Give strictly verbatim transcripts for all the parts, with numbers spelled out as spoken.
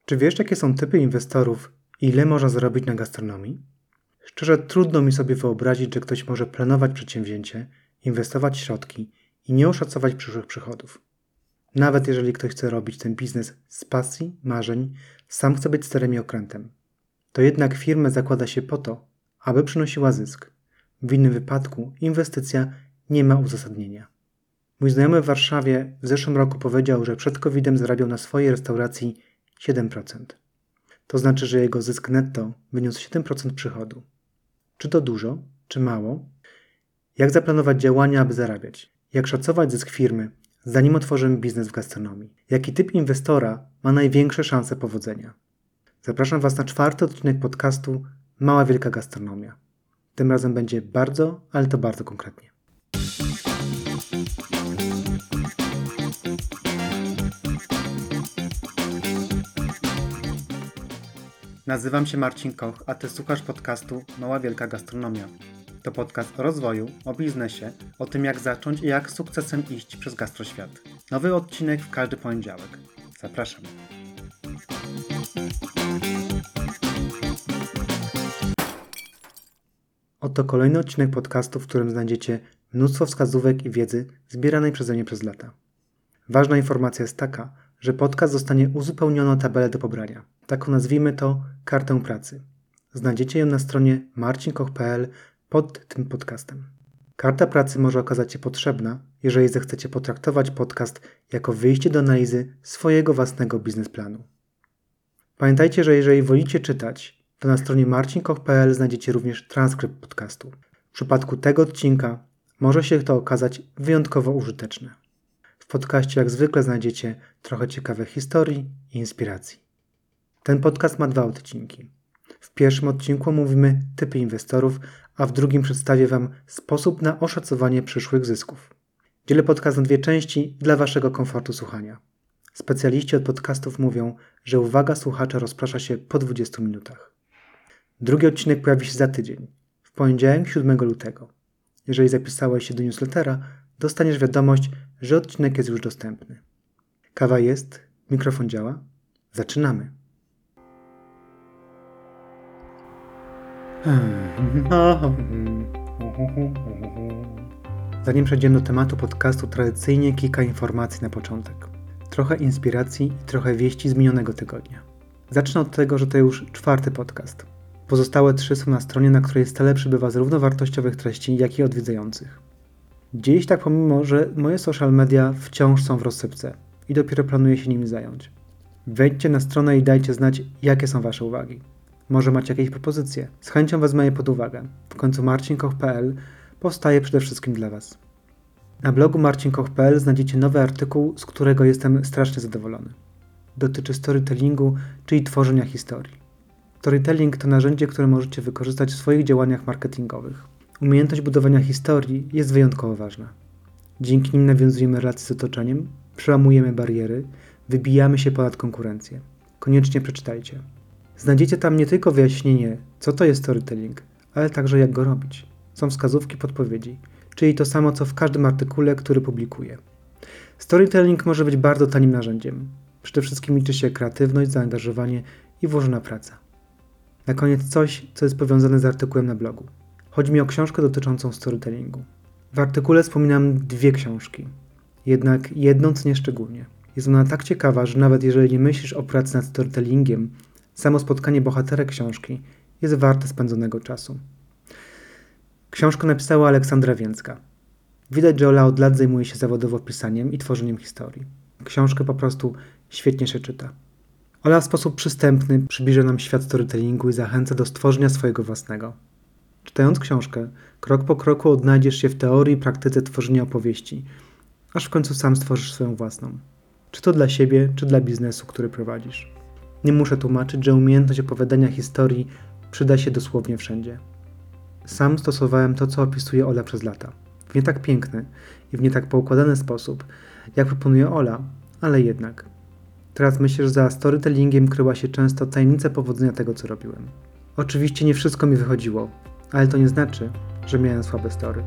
Czy wiesz, jakie są typy inwestorów i ile można zarobić na gastronomii? Szczerze trudno mi sobie wyobrazić, że ktoś może planować przedsięwzięcie, inwestować środki i nie oszacować przyszłych przychodów. Nawet jeżeli ktoś chce robić ten biznes z pasji, marzeń, sam chce być sterem i okrętem. To jednak firmę zakłada się po to, aby przynosiła zysk. W innym wypadku inwestycja nie ma uzasadnienia. Mój znajomy w Warszawie w zeszłym roku powiedział, że przed kowidem zarabiał na swojej restauracji siedem procent. To znaczy, że jego zysk netto wyniósł siedem procent przychodu. Czy to dużo, czy mało? Jak zaplanować działania, aby zarabiać? Jak szacować zysk firmy, zanim otworzymy biznes w gastronomii? Jaki typ inwestora ma największe szanse powodzenia? Zapraszam Was na czwarty odcinek podcastu Mała Wielka Gastronomia. Tym razem będzie bardzo, ale to bardzo konkretnie. Nazywam się Marcin Koch, a Ty słuchasz podcastu Mała Wielka Gastronomia. To podcast o rozwoju, o biznesie, o tym jak zacząć i jak z sukcesem iść przez gastroświat. Nowy odcinek w każdy poniedziałek. Zapraszam. Oto kolejny odcinek podcastu, w którym znajdziecie mnóstwo wskazówek i wiedzy zbieranej przeze mnie przez lata. Ważna informacja jest taka, że podcast zostanie uzupełniony o tabelę do pobrania. Taką nazwijmy to kartę pracy. Znajdziecie ją na stronie marcin koch kropka p l pod tym podcastem. Karta pracy może okazać się potrzebna, jeżeli zechcecie potraktować podcast jako wyjście do analizy swojego własnego biznesplanu. Pamiętajcie, że jeżeli wolicie czytać, to na stronie marcin koch kropka p l znajdziecie również transkrypt podcastu. W przypadku tego odcinka może się to okazać wyjątkowo użyteczne. W podcaście jak zwykle znajdziecie trochę ciekawych historii i inspiracji. Ten podcast ma dwa odcinki. W pierwszym odcinku omówimy typy inwestorów, a w drugim przedstawię Wam sposób na oszacowanie przyszłych zysków. Dzielę podcast na dwie części dla Waszego komfortu słuchania. Specjaliści od podcastów mówią, że uwaga słuchacza rozprasza się po dwudziestu minutach. Drugi odcinek pojawi się za tydzień, w poniedziałek siódmego lutego. Jeżeli zapisałeś się do newslettera, dostaniesz wiadomość, że odcinek jest już dostępny. Kawa jest, mikrofon działa. Zaczynamy. Zanim przejdziemy do tematu podcastu, tradycyjnie kilka informacji na początek. Trochę inspiracji i trochę wieści z minionego tygodnia. Zacznę od tego, że to już czwarty podcast. Pozostałe trzy są na stronie, na której stale przybywa zarówno wartościowych treści, jak i odwiedzających. Dzieje się tak pomimo, że moje social media wciąż są w rozsypce i dopiero planuję się nimi zająć. Wejdźcie na stronę i dajcie znać, jakie są Wasze uwagi. Może macie jakieś propozycje. Z chęcią wezmę je pod uwagę. W końcu marcin koch kropka p l powstaje przede wszystkim dla Was. Na blogu marcin koch kropka p l znajdziecie nowy artykuł, z którego jestem strasznie zadowolony. Dotyczy storytellingu, czyli tworzenia historii. Storytelling to narzędzie, które możecie wykorzystać w swoich działaniach marketingowych. Umiejętność budowania historii jest wyjątkowo ważna. Dzięki nim nawiązujemy relacje z otoczeniem, przełamujemy bariery, wybijamy się ponad konkurencję. Koniecznie przeczytajcie. Znajdziecie tam nie tylko wyjaśnienie, co to jest storytelling, ale także jak go robić. Są wskazówki, podpowiedzi, czyli to samo, co w każdym artykule, który publikuję. Storytelling może być bardzo tanim narzędziem. Przede wszystkim liczy się kreatywność, zaangażowanie i włożona praca. Na koniec coś, co jest powiązane z artykułem na blogu. Chodzi mi o książkę dotyczącą storytellingu. W artykule wspominam dwie książki, jednak jedną cenię szczególnie. Jest ona tak ciekawa, że nawet jeżeli nie myślisz o pracy nad storytellingiem, samo spotkanie bohaterek książki jest warte spędzonego czasu. Książkę napisała Aleksandra Więcka. Widać, że Ola od lat zajmuje się zawodowo pisaniem i tworzeniem historii. Książkę po prostu świetnie się czyta. Ola w sposób przystępny przybliża nam świat storytellingu i zachęca do stworzenia swojego własnego. Czytając książkę, krok po kroku odnajdziesz się w teorii i praktyce tworzenia opowieści, aż w końcu sam stworzysz swoją własną. Czy to dla siebie, czy dla biznesu, który prowadzisz. Nie muszę tłumaczyć, że umiejętność opowiadania historii przyda się dosłownie wszędzie. Sam stosowałem to, co opisuje Ola przez lata. W nie tak piękny i w nie tak poukładany sposób, jak proponuje Ola, ale jednak. Teraz myślę, że za storytellingiem kryła się często tajemnica powodzenia tego, co robiłem. Oczywiście nie wszystko mi wychodziło, ale to nie znaczy, że miałem słabe story.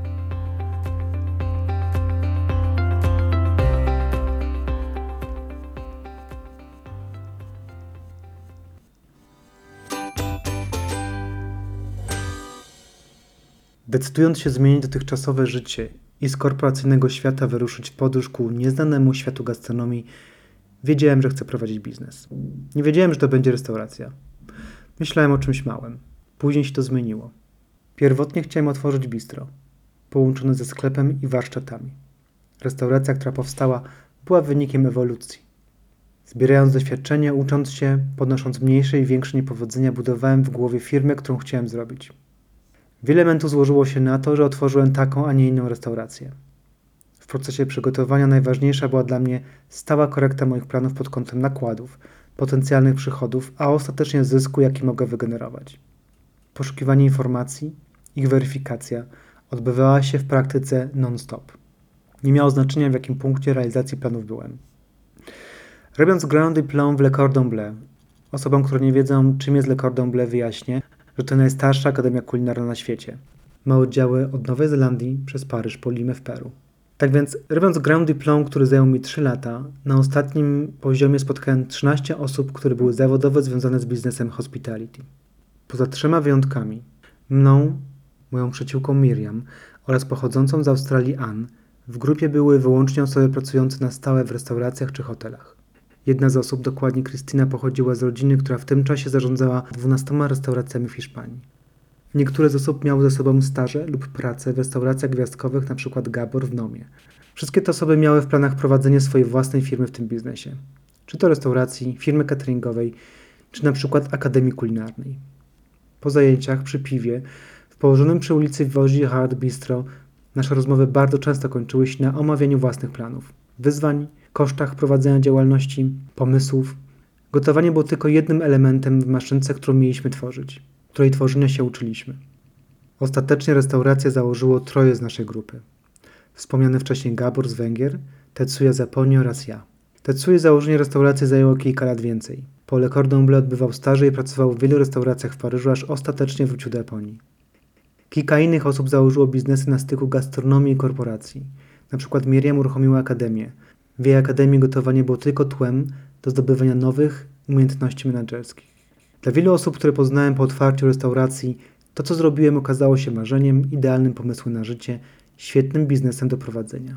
Decydując się zmienić dotychczasowe życie i z korporacyjnego świata wyruszyć w podróż ku nieznanemu światu gastronomii, wiedziałem, że chcę prowadzić biznes. Nie wiedziałem, że to będzie restauracja. Myślałem o czymś małym. Później się to zmieniło. Pierwotnie chciałem otworzyć bistro, połączone ze sklepem i warsztatami. Restauracja, która powstała, była wynikiem ewolucji. Zbierając doświadczenie, ucząc się, podnosząc mniejsze i większe niepowodzenia, budowałem w głowie firmę, którą chciałem zrobić. Wiele elementów złożyło się na to, że otworzyłem taką, a nie inną restaurację. W procesie przygotowania najważniejsza była dla mnie stała korekta moich planów pod kątem nakładów, potencjalnych przychodów, a ostatecznie zysku, jaki mogę wygenerować. Poszukiwanie informacji, ich weryfikacja odbywała się w praktyce non-stop. Nie miało znaczenia, w jakim punkcie realizacji planów byłem. Robiąc Grand Diplôme w Le Cordon Bleu, osobom, które nie wiedzą, czym jest Le Cordon Bleu, wyjaśnię, że to najstarsza akademia kulinarna na świecie. Ma oddziały od Nowej Zelandii przez Paryż po Limę w Peru. Tak więc, robiąc Grand Diplôme, który zajął mi trzy lata, na ostatnim poziomie spotkałem trzynaście osób, które były zawodowo związane z biznesem hospitality. Poza trzema wyjątkami, mną, moją przyjaciółką Miriam oraz pochodzącą z Australii Ann, w grupie były wyłącznie osoby pracujące na stałe w restauracjach czy hotelach. Jedna z osób, dokładnie Krystyna, pochodziła z rodziny, która w tym czasie zarządzała dwunastoma restauracjami w Hiszpanii. Niektóre z osób miały ze sobą staże lub pracę w restauracjach gwiazdkowych, np. Gabor w Nomie. Wszystkie te osoby miały w planach prowadzenie swojej własnej firmy w tym biznesie. Czy to restauracji, firmy cateringowej, czy np. akademii kulinarnej. Po zajęciach przy piwie, w położonym przy ulicy Vaugirard Hard Bistro, nasze rozmowy bardzo często kończyły się na omawianiu własnych planów, wyzwań, kosztach prowadzenia działalności, pomysłów. Gotowanie było tylko jednym elementem w maszynce, którą mieliśmy tworzyć, której tworzenia się uczyliśmy. Ostatecznie restaurację założyło troje z naszej grupy. Wspomniany wcześniej Gabor z Węgier, Tetsuya z Japonii oraz ja. Tetsuya założenie restauracji zajęło kilka lat więcej. Po Le Cordon Bleu odbywał staże i pracował w wielu restauracjach w Paryżu, aż ostatecznie wrócił do Japonii. Kilka innych osób założyło biznesy na styku gastronomii i korporacji. Na przykład Miriam uruchomiła akademię. W jej akademii gotowanie było tylko tłem do zdobywania nowych umiejętności menedżerskich. Dla wielu osób, które poznałem po otwarciu restauracji, to co zrobiłem okazało się marzeniem, idealnym pomysłem na życie, świetnym biznesem do prowadzenia.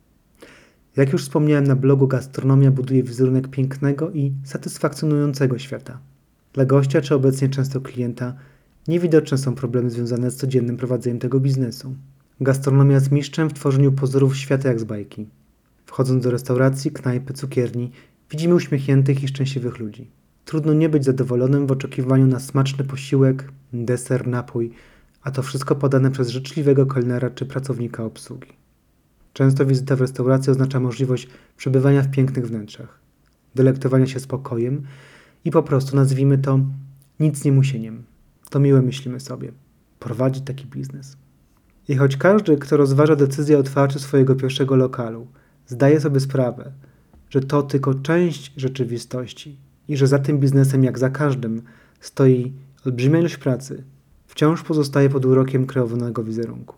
Jak już wspomniałem na blogu, gastronomia buduje wizerunek pięknego i satysfakcjonującego świata. Dla gościa czy obecnie często klienta niewidoczne są problemy związane z codziennym prowadzeniem tego biznesu. Gastronomia jest mistrzem w tworzeniu pozorów świata jak z bajki. Wchodząc do restauracji, knajpy, cukierni, widzimy uśmiechniętych i szczęśliwych ludzi. Trudno nie być zadowolonym w oczekiwaniu na smaczny posiłek, deser, napój, a to wszystko podane przez życzliwego kelnera czy pracownika obsługi. Często wizyta w restauracji oznacza możliwość przebywania w pięknych wnętrzach, delektowania się spokojem i po prostu, nazwijmy to, nic nie musieniem. To miłe myślimy sobie. Prowadzić taki biznes. I choć każdy, kto rozważa decyzję o otwarciu swojego pierwszego lokalu, zdaje sobie sprawę, że to tylko część rzeczywistości i że za tym biznesem, jak za każdym, stoi olbrzymia ilość pracy, wciąż pozostaje pod urokiem kreowanego wizerunku.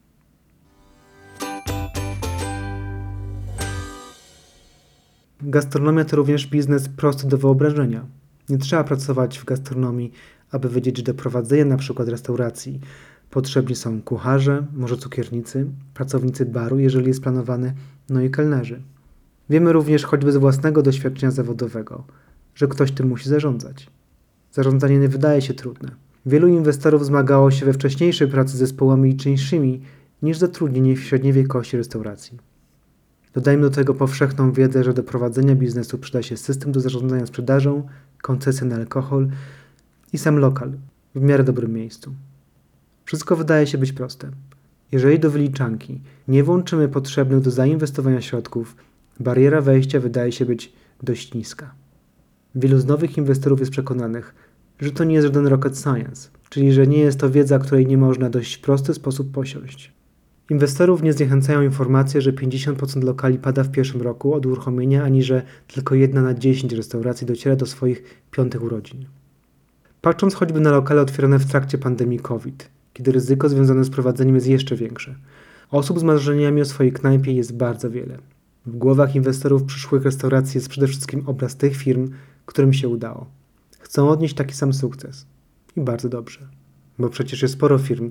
Gastronomia to również biznes prosty do wyobrażenia. Nie trzeba pracować w gastronomii, aby wiedzieć, że do prowadzenia np. restauracji potrzebni są kucharze, może cukiernicy, pracownicy baru, jeżeli jest planowany, no i kelnerzy. Wiemy również choćby z własnego doświadczenia zawodowego, że ktoś tym musi zarządzać. Zarządzanie nie wydaje się trudne. Wielu inwestorów zmagało się we wcześniejszej pracy z zespołami liczniejszymi niż zatrudnienie w średniej wielkości restauracji. Dodajmy do tego powszechną wiedzę, że do prowadzenia biznesu przyda się system do zarządzania sprzedażą, koncesja na alkohol i sam lokal w miarę dobrym miejscu. Wszystko wydaje się być proste. Jeżeli do wyliczanki nie włączymy potrzebnych do zainwestowania środków, bariera wejścia wydaje się być dość niska. Wielu z nowych inwestorów jest przekonanych, że to nie jest żaden rocket science, czyli że nie jest to wiedza, której nie można w dość prosty sposób posiąść. Inwestorów nie zniechęcają informacje, że pięćdziesiąt procent lokali pada w pierwszym roku od uruchomienia, ani że tylko jedna na dziesięć restauracji dociera do swoich piątych urodzin. Patrząc choćby na lokale otwierane w trakcie pandemii COVID, kiedy ryzyko związane z prowadzeniem jest jeszcze większe, osób z marzeniami o swojej knajpie jest bardzo wiele. W głowach inwestorów przyszłych restauracji jest przede wszystkim obraz tych firm, którym się udało. Chcą odnieść taki sam sukces. I bardzo dobrze. Bo przecież jest sporo firm,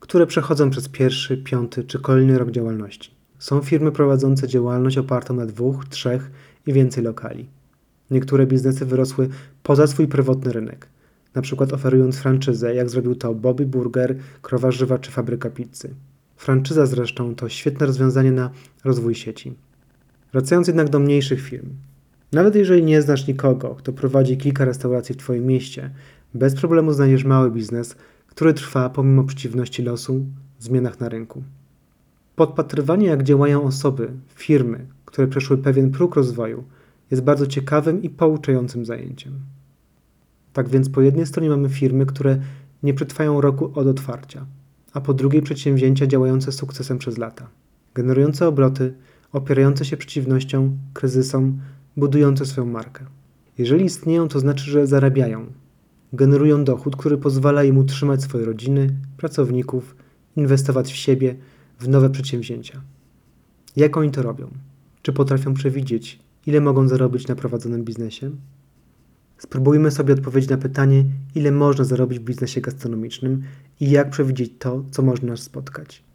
które przechodzą przez pierwszy, piąty czy kolejny rok działalności. Są firmy prowadzące działalność opartą na dwóch, trzech i więcej lokali. Niektóre biznesy wyrosły poza swój pierwotny rynek, na przykład oferując franczyzę, jak zrobił to Bobby Burger, Krowa Żywa czy Fabryka Pizzy. Franczyza zresztą to świetne rozwiązanie na rozwój sieci. Wracając jednak do mniejszych firm. Nawet jeżeli nie znasz nikogo, kto prowadzi kilka restauracji w Twoim mieście, bez problemu znajdziesz mały biznes, który trwa pomimo przeciwności losu w zmianach na rynku. Podpatrywanie, jak działają osoby, firmy, które przeszły pewien próg rozwoju, jest bardzo ciekawym i pouczającym zajęciem. Tak więc po jednej stronie mamy firmy, które nie przetrwają roku od otwarcia, a po drugiej przedsięwzięcia działające z sukcesem przez lata, generujące obroty, opierające się przeciwnościom, kryzysom, budujące swoją markę. Jeżeli istnieją, to znaczy, że zarabiają. Generują dochód, który pozwala im utrzymać swoje rodziny, pracowników, inwestować w siebie, w nowe przedsięwzięcia. Jak oni to robią? Czy potrafią przewidzieć, ile mogą zarobić na prowadzonym biznesie? Spróbujmy sobie odpowiedzieć na pytanie, ile można zarobić w biznesie gastronomicznym i jak przewidzieć to, co może nas spotkać.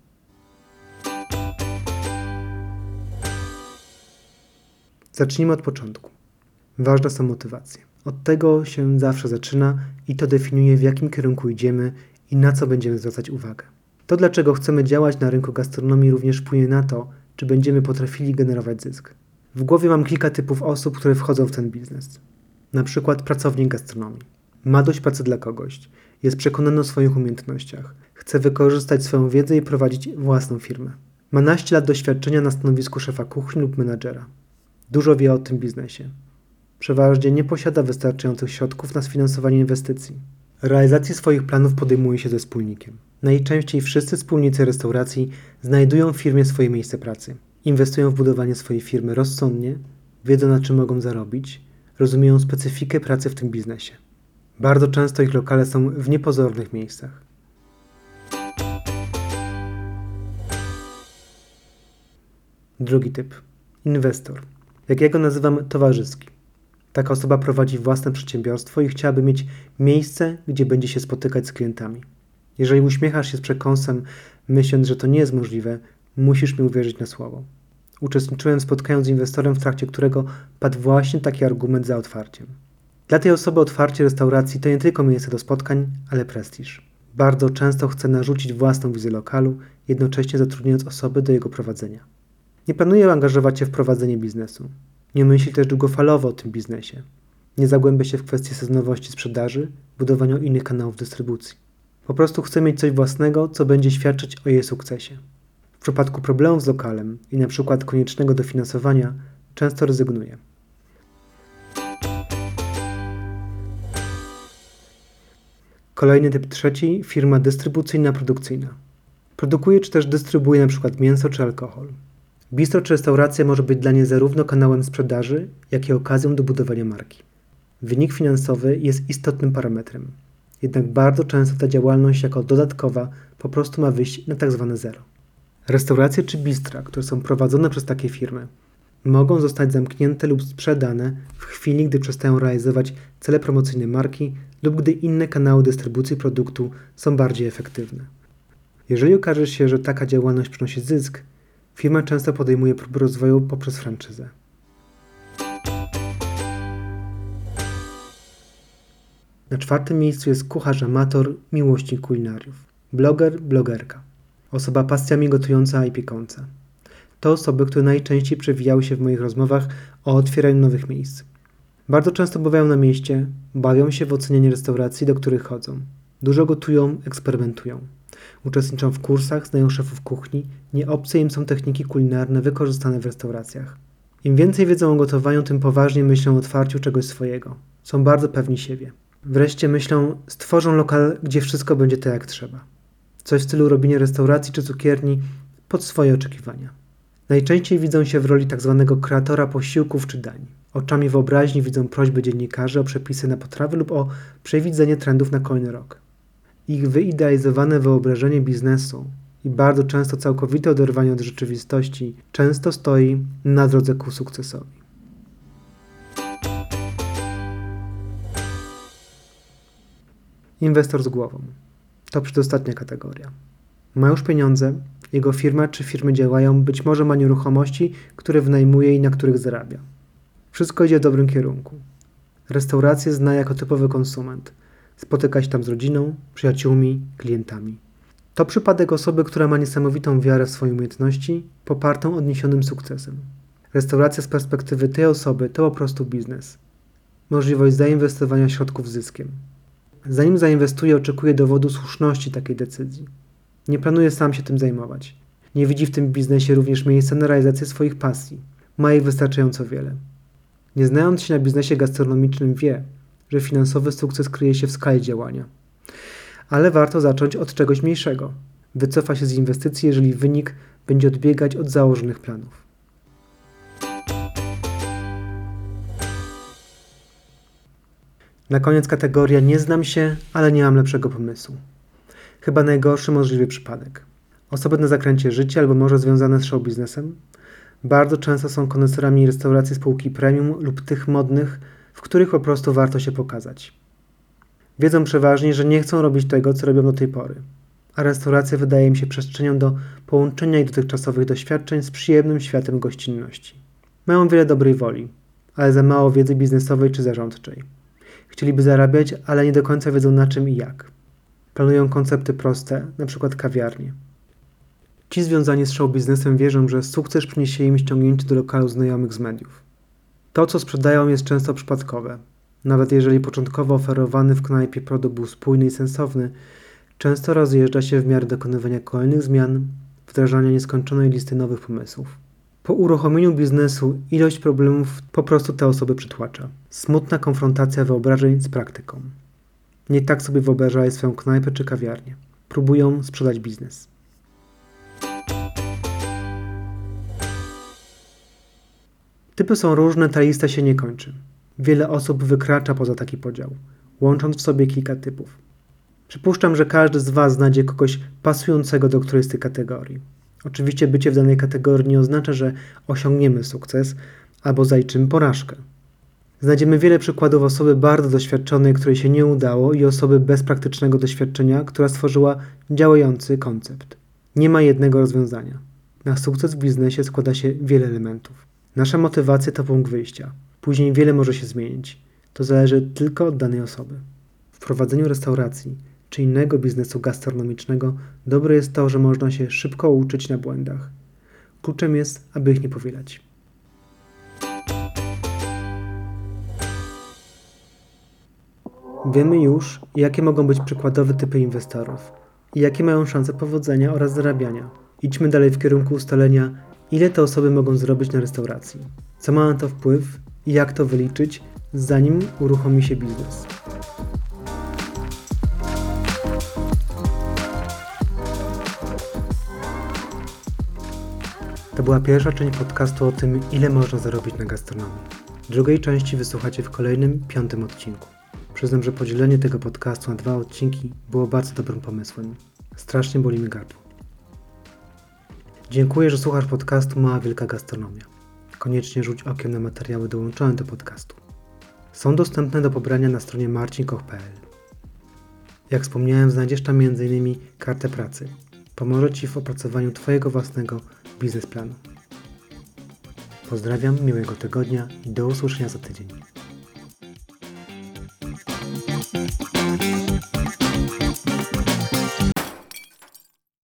Zacznijmy od początku. Ważne są motywacje. Od tego się zawsze zaczyna i to definiuje, w jakim kierunku idziemy i na co będziemy zwracać uwagę. To, dlaczego chcemy działać na rynku gastronomii, również wpłynie na to, czy będziemy potrafili generować zysk. W głowie mam kilka typów osób, które wchodzą w ten biznes. Na przykład pracownik gastronomii. Ma dość pracy dla kogoś, jest przekonany o swoich umiejętnościach, chce wykorzystać swoją wiedzę i prowadzić własną firmę. Ma naście lat doświadczenia na stanowisku szefa kuchni lub menadżera. Dużo wie o tym biznesie. Przeważnie nie posiada wystarczających środków na sfinansowanie inwestycji. Realizację swoich planów podejmuje się ze wspólnikiem. Najczęściej wszyscy wspólnicy restauracji znajdują w firmie swoje miejsce pracy. Inwestują w budowanie swojej firmy rozsądnie, wiedzą, na czym mogą zarobić, rozumieją specyfikę pracy w tym biznesie. Bardzo często ich lokale są w niepozornych miejscach. Drugi typ. Inwestor. Jak ja go nazywam, towarzyski. Taka osoba prowadzi własne przedsiębiorstwo i chciałaby mieć miejsce, gdzie będzie się spotykać z klientami. Jeżeli uśmiechasz się z przekąsem, myśląc, że to nie jest możliwe, musisz mi uwierzyć na słowo. Uczestniczyłem w spotkaniu z inwestorem, w trakcie którego padł właśnie taki argument za otwarciem. Dla tej osoby otwarcie restauracji to nie tylko miejsce do spotkań, ale prestiż. Bardzo często chce narzucić własną wizję lokalu, jednocześnie zatrudniając osoby do jego prowadzenia. Nie planuje angażować się w prowadzenie biznesu. Nie myśli też długofalowo o tym biznesie. Nie zagłębia się w kwestie sezonowości sprzedaży, budowania innych kanałów dystrybucji. Po prostu chce mieć coś własnego, co będzie świadczyć o jej sukcesie. W przypadku problemów z lokalem i na przykład koniecznego dofinansowania często rezygnuje. Kolejny typ trzeci, firma dystrybucyjna produkcyjna. Produkuje czy też dystrybuuje na przykład mięso czy alkohol. Bistro czy restauracja może być dla niej zarówno kanałem sprzedaży, jak i okazją do budowania marki. Wynik finansowy jest istotnym parametrem. Jednak bardzo często ta działalność jako dodatkowa po prostu ma wyjść na tak zwane zero. Restauracje czy bistra, które są prowadzone przez takie firmy, mogą zostać zamknięte lub sprzedane w chwili, gdy przestają realizować cele promocyjne marki lub gdy inne kanały dystrybucji produktu są bardziej efektywne. Jeżeli okaże się, że taka działalność przynosi zysk, firma często podejmuje próby rozwoju poprzez franczyzę. Na czwartym miejscu jest kucharz amator, miłośnik kulinariów. Bloger, blogerka. Osoba pasjami gotująca i piekąca. To osoby, które najczęściej przewijały się w moich rozmowach o otwieraniu nowych miejsc. Bardzo często bywają na mieście, bawią się w ocenianie restauracji, do których chodzą. Dużo gotują, eksperymentują. Uczestniczą w kursach, znają szefów kuchni, nie obce im są techniki kulinarne wykorzystane w restauracjach. Im więcej wiedzą o gotowaniu, tym poważniej myślą o otwarciu czegoś swojego. Są bardzo pewni siebie. Wreszcie myślą, stworzą lokal, gdzie wszystko będzie tak jak trzeba. Coś w stylu robienia restauracji czy cukierni pod swoje oczekiwania. Najczęściej widzą się w roli tzw. kreatora posiłków czy dań. Oczami wyobraźni widzą prośby dziennikarzy o przepisy na potrawy lub o przewidzenie trendów na kolejny rok. Ich wyidealizowane wyobrażenie biznesu i bardzo często całkowite oderwanie od rzeczywistości często stoi na drodze ku sukcesowi. Inwestor z głową. To przedostatnia kategoria. Ma już pieniądze, jego firma czy firmy działają, być może ma nieruchomości, które wynajmuje i na których zarabia. Wszystko idzie w dobrym kierunku. Restaurację zna jako typowy konsument. Spotyka się tam z rodziną, przyjaciółmi, klientami. To przypadek osoby, która ma niesamowitą wiarę w swoje umiejętności, popartą odniesionym sukcesem. Restauracja z perspektywy tej osoby to po prostu biznes. Możliwość zainwestowania środków z zyskiem. Zanim zainwestuje, oczekuje dowodu słuszności takiej decyzji. Nie planuje sam się tym zajmować. Nie widzi w tym biznesie również miejsca na realizację swoich pasji. Ma ich wystarczająco wiele. Nie znając się na biznesie gastronomicznym wie, że finansowy sukces kryje się w skali działania. Ale warto zacząć od czegoś mniejszego. Wycofa się z inwestycji, jeżeli wynik będzie odbiegać od założonych planów. Na koniec kategoria nie znam się, ale nie mam lepszego pomysłu. Chyba najgorszy możliwy przypadek. Osoby na zakręcie życia albo może związane z show biznesem bardzo często są koneserami restauracji spółki premium lub tych modnych, w których po prostu warto się pokazać. Wiedzą przeważnie, że nie chcą robić tego, co robią do tej pory, a restauracja wydaje im się przestrzenią do połączenia ich dotychczasowych doświadczeń z przyjemnym światem gościnności. Mają wiele dobrej woli, ale za mało wiedzy biznesowej czy zarządczej. Chcieliby zarabiać, ale nie do końca wiedzą na czym i jak. Planują koncepty proste, np. kawiarnie. Ci związani z show biznesem wierzą, że sukces przyniesie im ściągnięcie do lokalu znajomych z mediów. To, co sprzedają, jest często przypadkowe. Nawet jeżeli początkowo oferowany w knajpie produkt był spójny i sensowny, często rozjeżdża się w miarę dokonywania kolejnych zmian, wdrażania nieskończonej listy nowych pomysłów. Po uruchomieniu biznesu ilość problemów po prostu te osoby przytłacza. Smutna konfrontacja wyobrażeń z praktyką. Nie tak sobie wyobrażają swoją knajpę czy kawiarnię. Próbują sprzedać biznes. Typy są różne, ta lista się nie kończy. Wiele osób wykracza poza taki podział, łącząc w sobie kilka typów. Przypuszczam, że każdy z Was znajdzie kogoś pasującego do którejś z tych kategorii. Oczywiście bycie w danej kategorii nie oznacza, że osiągniemy sukces albo zaliczymy porażkę. Znajdziemy wiele przykładów osoby bardzo doświadczonej, której się nie udało, i osoby bez praktycznego doświadczenia, która stworzyła działający koncept. Nie ma jednego rozwiązania. Na sukces w biznesie składa się wiele elementów. Nasza motywacja to punkt wyjścia. Później wiele może się zmienić. To zależy tylko od danej osoby. W prowadzeniu restauracji czy innego biznesu gastronomicznego dobre jest to, że można się szybko uczyć na błędach. Kluczem jest, aby ich nie powielać. Wiemy już, jakie mogą być przykładowe typy inwestorów i jakie mają szanse powodzenia oraz zarabiania. Idźmy dalej w kierunku ustalenia, ile te osoby mogą zrobić na restauracji, co ma na to wpływ i jak to wyliczyć, zanim uruchomi się biznes. To była pierwsza część podcastu o tym, ile można zarobić na gastronomii. Drugiej części wysłuchacie w kolejnym, piątym odcinku. Przyznam, że podzielenie tego podcastu na dwa odcinki było bardzo dobrym pomysłem. Strasznie boli mi gardło. Dziękuję, że słuchasz podcastu Mała Wielka Gastronomia. Koniecznie rzuć okiem na materiały dołączone do podcastu. Są dostępne do pobrania na stronie marcin koch kropka pe el. Jak wspomniałem, znajdziesz tam między innymi kartę pracy. Pomoże Ci w opracowaniu Twojego własnego biznesplanu. Pozdrawiam, miłego tygodnia i do usłyszenia za tydzień.